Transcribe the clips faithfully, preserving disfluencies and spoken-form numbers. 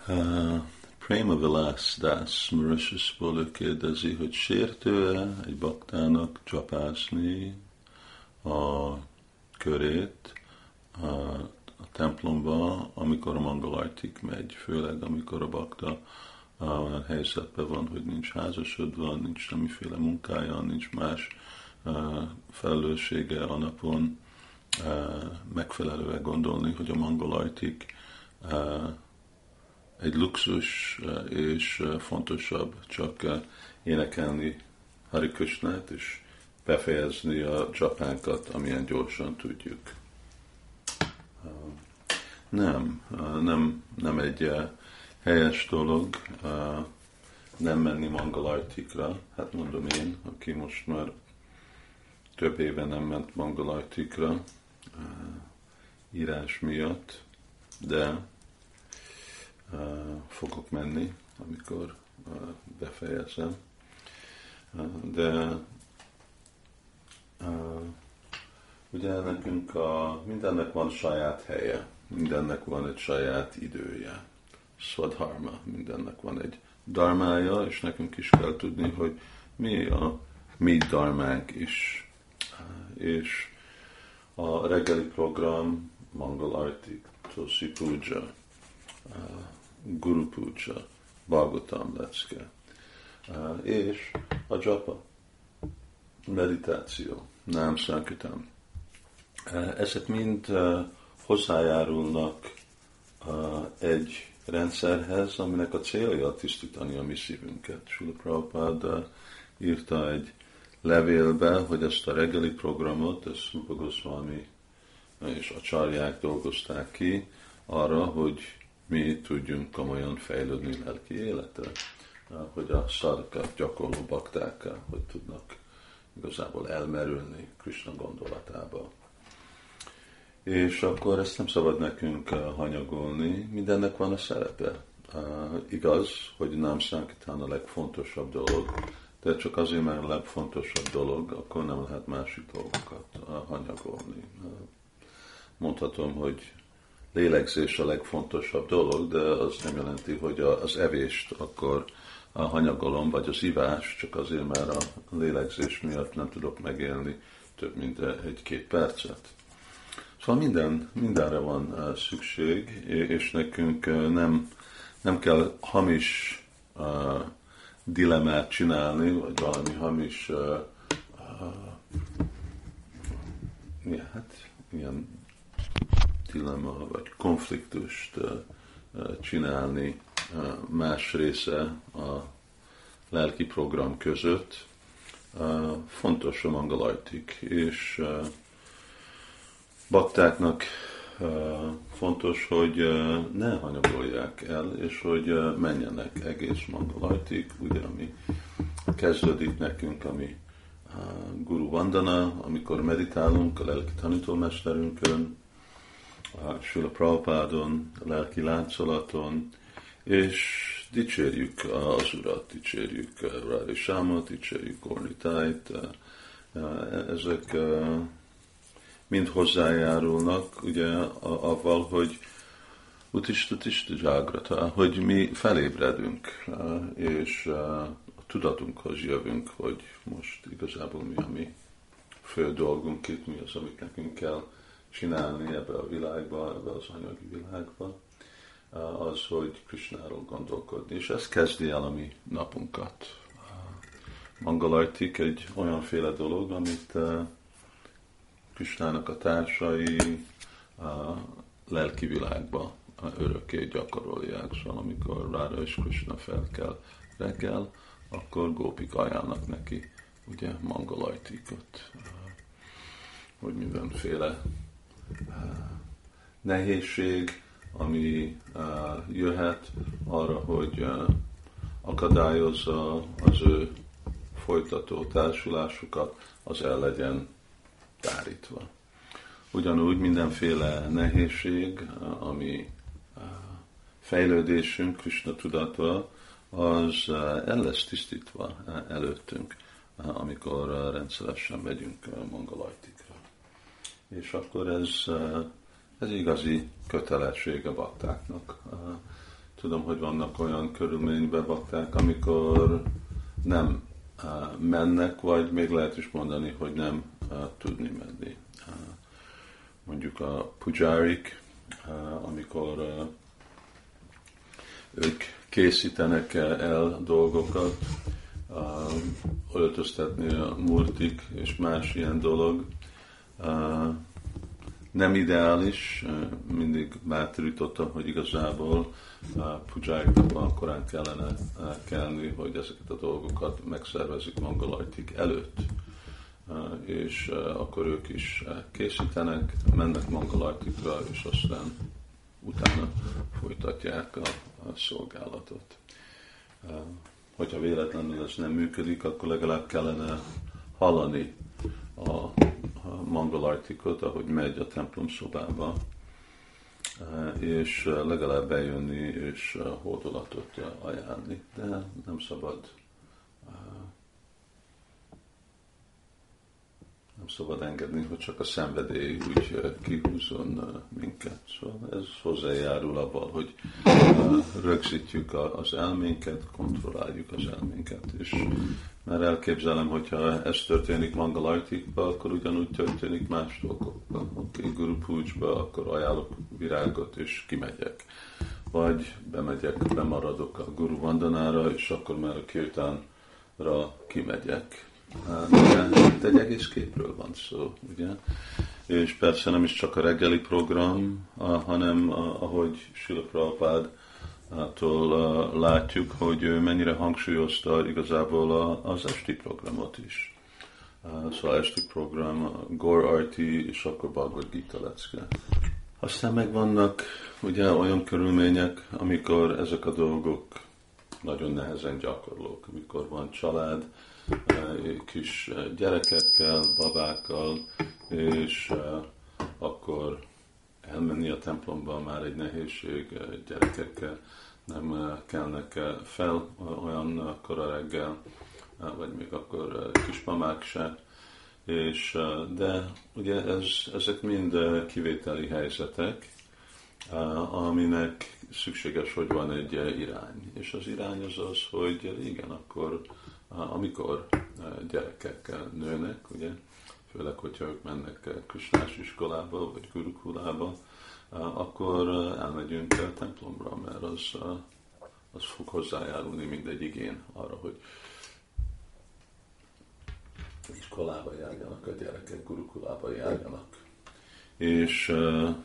Uh, Prema Vilas Das Mauritiusból ő kérdezi, hogy sértő-e egy baktának csapásni a körét a, a templomba, amikor a mangalartik megy, főleg amikor a bakta olyan helyzetben van, hogy nincs házasodva, nincs semmiféle munkája, nincs más uh, felelőssége a napon, uh, megfelelően gondolni, hogy a mangalartik uh, egy luxus és fontosabb csak énekelni Hari Krishnát és befejezni a csapánkat, amilyen gyorsan tudjuk. Nem, nem, nem egy helyes dolog nem menni mangalartikra. Hát mondom én, aki most már több éve nem ment mangalartikra írás miatt, de Uh, fogok menni, amikor uh, befejezem. Uh, de uh, ugye nekünk a, mindennek van saját helye, mindennek van egy saját idője. Swadharma, mindennek van egy dharmája, és nekünk is kell tudni, hogy mi a mi dharmánk is. Uh, és a reggeli program, Mangal Arti, Tulsi Puja, uh, Guru Puja, Bhagavatam lecke, uh, és a japa, meditáció, Nam Sankirtan. Uh, ezek mind uh, hozzájárulnak uh, egy rendszerhez, aminek a célja tisztítani a mi szívünket. Srila Prabhupada írta egy levélbe, hogy ezt a reggeli programot, ezt Rupa Goswami és a csarják dolgozták ki arra, hogy mi tudjunk komolyan fejlődni lelki életre, hogy a szadakák, gyakorló bakták, hogy tudnak igazából elmerülni Krishna gondolatába. És akkor ezt nem szabad nekünk hanyagolni, mindennek van a szerepe. Igaz, hogy Nam Sankirtan a legfontosabb dolog, de csak azért, mert a legfontosabb dolog, akkor nem lehet másik dolgokat hanyagolni. Mondhatom, hogy lélegzés a legfontosabb dolog, de az nem jelenti, hogy az evést akkor hanyagolom, vagy az ivás, csak azért, mert a lélegzés miatt nem tudok megélni több mint egy-két percet. Szóval minden, mindenre van szükség, és nekünk nem, nem kell hamis uh, dilemmát csinálni, vagy valami hamis uh, uh, ja, hát, ilyen dilemma vagy konfliktust csinálni más része a lelki program között. Fontos a mangalartik, és baktáknak fontos, hogy ne hanyagolják el, és hogy menjenek egész mangalartik, ugye, ami kezdődik nekünk, ami Guru Vandana, amikor meditálunk a lelki tanítómesterünkön, a Srila Prabhupádon, a lelki láncolaton, és dicsérjük az Urat, dicsérjük Radha Shyamot, dicsérjük Gornitájt, ezek mind hozzájárulnak, ugye, avval, hogy utista tista jágrata, hogy mi felébredünk, és a tudatunkhoz jövünk, hogy most igazából mi a mi fő dolgunk itt, mi az, amit nekünk kell csinálni ebbe a világba, ebbe az anyagi világba, az, hogy Krishnáról gondolkodni. És ez kezdi el a mi napunkat. Mangalartik egy olyanféle dolog, amit Krishnának a társai a lelki világba örökké gyakorolják. Szóval amikor Radha és Krishna felkel reggel, akkor gópik ajánlnak neki ugye mangalartikot, hogy mindenféle nehézség, ami jöhet arra, hogy akadályozza az ő folytató társulásukat, az el legyen tárítva. Ugyanúgy mindenféle nehézség, ami fejlődésünk, Krishna tudatva, az el lesz tisztítva előttünk, amikor rendszeresen megyünk mangalartikra. És akkor ez, ez igazi kötelesség a baktáknak, tudom, hogy vannak olyan körülményben bakták, amikor nem mennek, vagy még lehet is mondani, hogy nem tudni menni. Mondjuk a pujárik, amikor ők készítenek el dolgokat, öltöztetni a murtik és más ilyen dolog. Nem ideális, mindig bátorítottam, hogy igazából pujáiknak korán kellene kelni, hogy ezeket a dolgokat megszervezik Mangalartik előtt. És akkor ők is készítenek, mennek Mangalartikra, és aztán utána folytatják a, a szolgálatot. Hogyha véletlenül ez nem működik, akkor legalább kellene hallani a Mangalartikot, ahogy megy a templom szobába, és legalább bejönni és hódolatot ajánlni, de nem szabad nem szabad engedni, hogy csak a szenvedély úgy kihúzzon minket. Szóval ez hozzájárul abban, hogy rögzítjük az elménket, kontrolláljuk az elménket. És mert elképzelem, hogyha ez történik Mangalartikba, akkor ugyanúgy történik más dolgokban. Oké, Guru Pujba, akkor ajánlok virágot és kimegyek. Vagy bemegyek, bemaradok a Guru Vandanára, és akkor már a kirtánra kimegyek. De itt egy egész képről van szó, ugye? És persze nem is csak a reggeli program, hanem ahogy Srila Prabhupádtól látjuk, hogy ő mennyire hangsúlyozta igazából az esti programot is. Szóval esti program, Gaur Arti és akkor Bhagavad Gita lecke. Aztán meg vannak ugye olyan körülmények, amikor ezek a dolgok nagyon nehezen gyakorlók, amikor van család, kis gyerekekkel, babákkal, és akkor elmenni a templomba már egy nehézség, gyerekekkel nem kelnek fel olyan kora reggel, vagy még akkor kismamák se, és, de ugye ez, ezek mind kivételi helyzetek, aminek szükséges, hogy van egy irány. És az irány az az, hogy igen, akkor amikor gyerekek nőnek, ugye, főleg, hogyha ők mennek Krisnás iskolába, vagy Gurukulába, akkor elmegyünk a templomra, mert az, az fog hozzájárulni mindegy igén arra, hogy iskolába járjanak a gyerekek, Gurukulába járjanak. És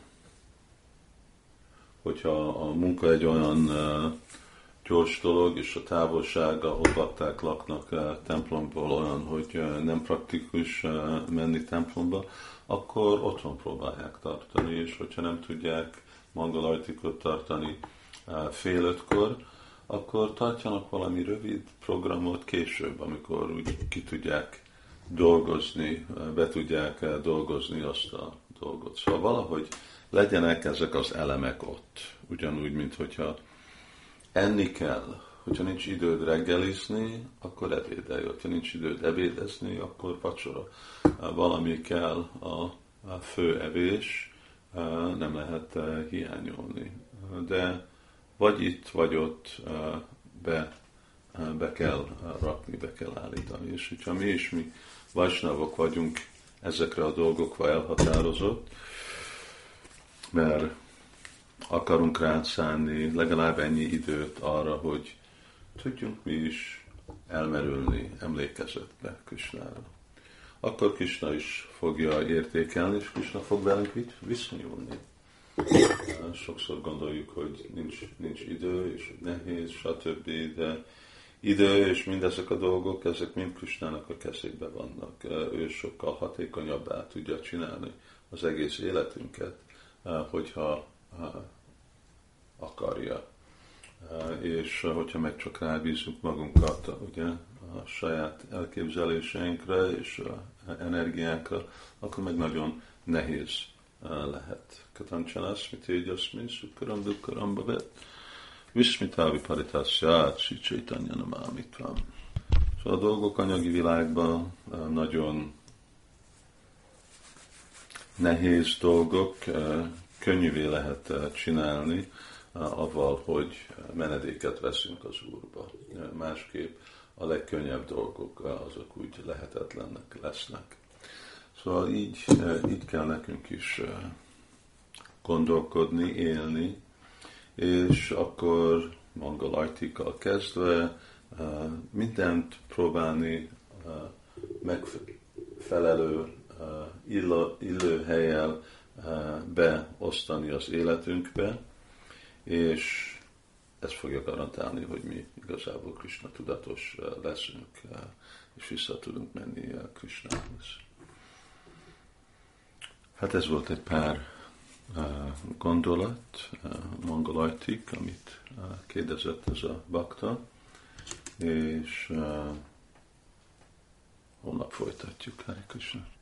hogyha a munka egy olyan gyors dolog, és a távolság, ahol bakták laknak templomból olyan, hogy nem praktikus menni templomba, akkor otthon próbálják tartani, és hogyha nem tudják Mangalartikot tartani fél ötkor, akkor tartjanak valami rövid programot később, amikor úgy ki tudják dolgozni, be tudják dolgozni azt a dolgot. Szóval valahogy legyenek ezek az elemek ott, ugyanúgy, mint hogyha enni kell. Hogyha nincs időd reggelizni, akkor ebédelj. Hogyha nincs időd ebédezni, akkor vacsora. Valami kell a fő evés, nem lehet hiányolni. De vagy itt, vagy ott be, be kell rakni, be kell állítani. És hogyha mi is mi vajsnavok vagyunk ezekre a dolgokra elhatározott, mert akarunk rátszánni legalább ennyi időt arra, hogy tudjunk mi is elmerülni emlékezetbe Krisnára. Akkor Krishna is fogja értékelni, és Krishna fog velünk viszonyulni. Sokszor gondoljuk, hogy nincs, nincs idő, és nehéz, stb., de idő és mindezek a dolgok, ezek mind Krishnának a kezében vannak. Ő sokkal hatékonyabbá tudja csinálni az egész életünket, hogyha akarja. És hogyha meg csak rábízunk magunkat ugye, a saját elképzeléseinkre és energiánkra, akkor meg nagyon nehéz lehet. Katancsanász, mit égyaszmi, szukaram, dukkaram, babet, vismitávi paritászját, si Chaitanya namámitvam. Szóval a dolgok anyagi világban nagyon nehéz dolgok, könnyűvé lehet csinálni, avval, hogy menedéket veszünk az Úrba. Másképp a legkönnyebb dolgok azok úgy lehetetlennek lesznek. Szóval így, így kell nekünk is gondolkodni, élni, és akkor Mangalartikkal kezdve mindent próbálni megfelelő, illő helyen beosztani az életünkbe, és ez fogja garantálni, hogy mi igazából Krishna tudatos leszünk, és vissza tudunk menni Krishnához. Hát ez volt egy pár gondolat, Mangalartik, amit kérdezett ez a bakta, és holnap folytatjuk. Hare Krishna.